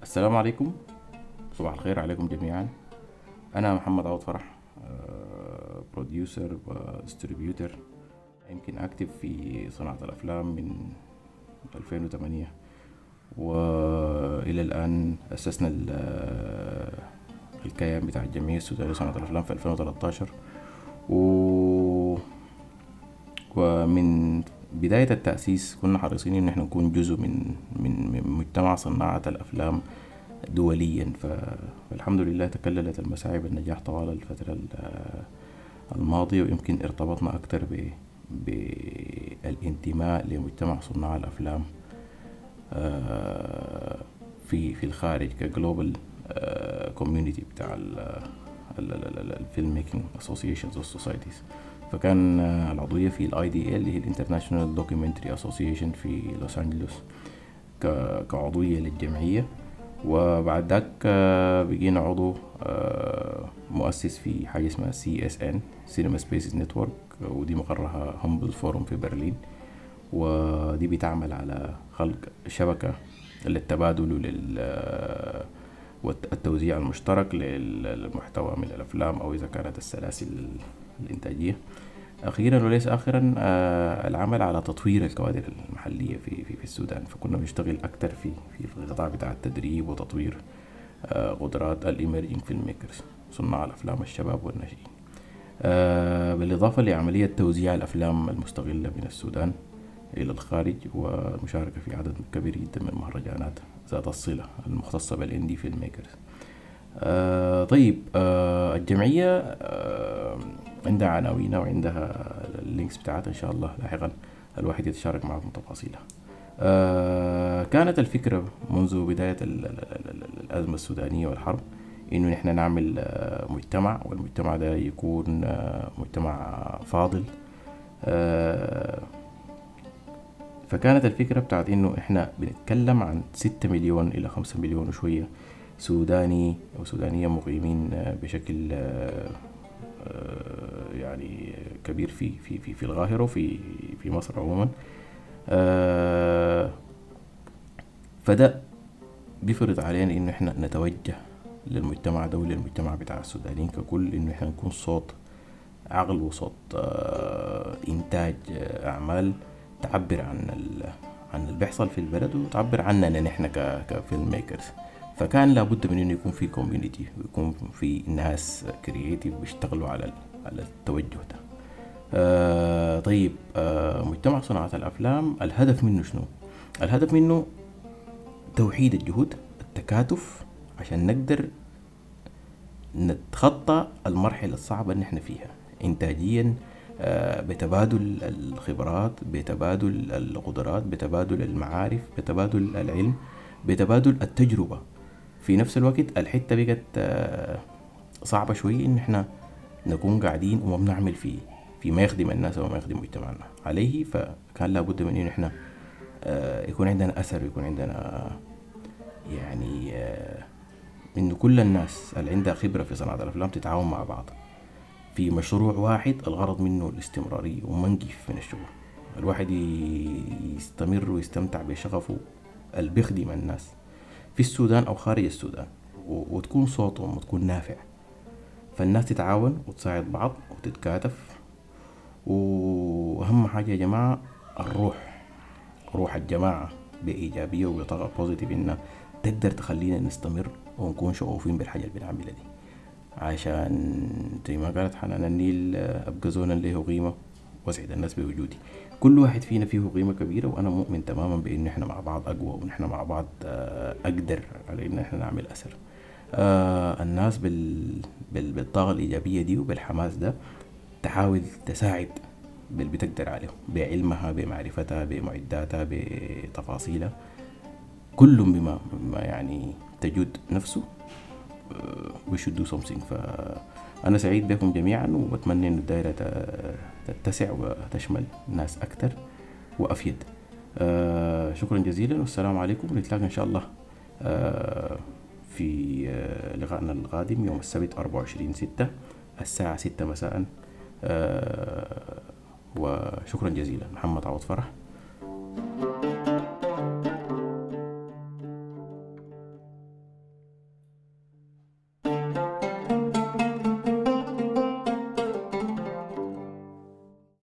السلام عليكم. صباح الخير عليكم جميعا. أنا محمد عوض فرح، بروديوسر وديستريبيوتر. يمكن أكتب في صناعة الأفلام من 2008، وإلى الآن أسسنا الكيان بتاع الجمعية السودانية لصناعة الأفلام في 2013. و... ومن بداية التأسيس كنا حريصين إن احنا نكون جزء من مجتمع صناعة الأفلام دوليا. فالحمد لله تكللت المساعي بالنجاح طوال الفترة الماضية، ويمكن ارتبطنا أكتر بالانتماء لمجتمع صناع الأفلام في الخارج كجلوبال كوميونيتي بتاع الفيلم ميكينج اسوسيشنز والسوسايتيز. فكان العضوية في الاي دي اي اللي هي الانترناشونال دوكيومنتري اسوسيشن في لوس انجلوس كعضوية للجمعية. وبعد ذاك بقينا عضو مؤسس في حاجة اسمها CSN Cinema Spaces Network، ودي مقرها همبل فورم في برلين. ودي بتعمل على خلق شبكة للتبادل والتوزيع المشترك للمحتوى من الأفلام أو إذا كانت السلاسل الإنتاجية. أخيرا وليس آخرا العمل على تطوير الكوادر المحلية في السودان. فكنا بنشتغل أكتر في القطاع بتاع التدريب وتطوير قدرات الإيمرجينج فيلم ميكرز، صناع الأفلام الشباب والناشئين، بالإضافة لعملية توزيع الأفلام المستغلة من السودان إلى الخارج، والمشاركة في عدد كبير جدا من المهرجانات ذات الصلة المختصة بالإندي فيلم ميكرز. طيب، الجمعية عندها عناوينها وعندها اللينكس بتاعتها، إن شاء الله لاحقا الواحد يتشارك معكم تفاصيلها. كانت الفكرة منذ بداية الأزمة السودانية والحرب إنه نحن نعمل مجتمع، والمجتمع ده يكون مجتمع فاضل. فكانت الفكرة بتاعت إنه إحنا بنتكلم عن 6 مليون إلى 5 مليون وشوية سوداني أو سودانية مقيمين بشكل يعني كبير في القاهرة وفي مصر عموما. فده بيفرض علينا إنه إحنا نتوجه للمجتمع ده وللمجتمع بتاع السودانيين ككل، إنه إحنا نكون صوت عقل وصوت إنتاج أعمال تعبر عن اللي بيحصل في البلد وتعبر عننا نحن كفيلم ميكرز. فكان لابد من انه يكون في كوميونيتي ويكون في ناس كرييتيف بيشتغلوا على التوجه ده. طيب، مجتمع صناعة الافلام الهدف منه شنو؟ الهدف منه توحيد الجهود، التكاتف، عشان نقدر نتخطى المرحلة الصعبة اللي احنا فيها انتاجيا، بتبادل الخبرات، بتبادل القدرات، بتبادل المعارف، بتبادل العلم، بتبادل التجربة. في نفس الوقت الحتة بقت صعبة شوي ان احنا نكون قاعدين وما بنعمل في ما يخدم الناس وما يخدم مجتمعنا عليه. فكان لابد من ان احنا يكون عندنا اثر، يكون عندنا يعني ان كل الناس اللي عندها خبرة في صناعة الافلام تتعاون مع بعض في مشروع واحد الغرض منه الاستمرارية وما نقف من الشغل. الواحد يستمر ويستمتع بشغفه اللي بيخدم الناس في السودان أو خارج السودان، وتكون صوتهم وتكون نافع. فالناس تتعاون وتساعد بعض وتتكاتف. وأهم حاجة يا جماعة روح الجماعة بإيجابية وبطاقة بوزيتيف إنها تقدر تخلينا نستمر ونكون شغوفين بالحاجة اللي بنعملها دي، عشان زي ما قالت حنان النيل أبقى زونا له قيمة واسعد الناس بوجودي. كل واحد فينا فيه قيمة كبيرة، وأنا مؤمن تماما بإن إحنا مع بعض أقوى، وإن إحنا مع بعض أقدر على إن إحنا نعمل أثر. الناس بالطاقة الإيجابية دي وبالحماس ده تحاول تساعد باللي بتقدر عليه بعلمها بمعرفتها بمعداتها بتفاصيلها، كل بما يعني تجود نفسه. we should do something. فأنا سعيد بكم جميعا، وبتمنى إن الدائرة تتسع وتشمل ناس أكتر وأفيد. شكرا جزيلا، والسلام عليكم، ونتلاقى إن شاء الله في لقائنا القادم يوم السبت 24/6 الساعة 6 مساء. وشكرا جزيلا. محمد عوض فرح.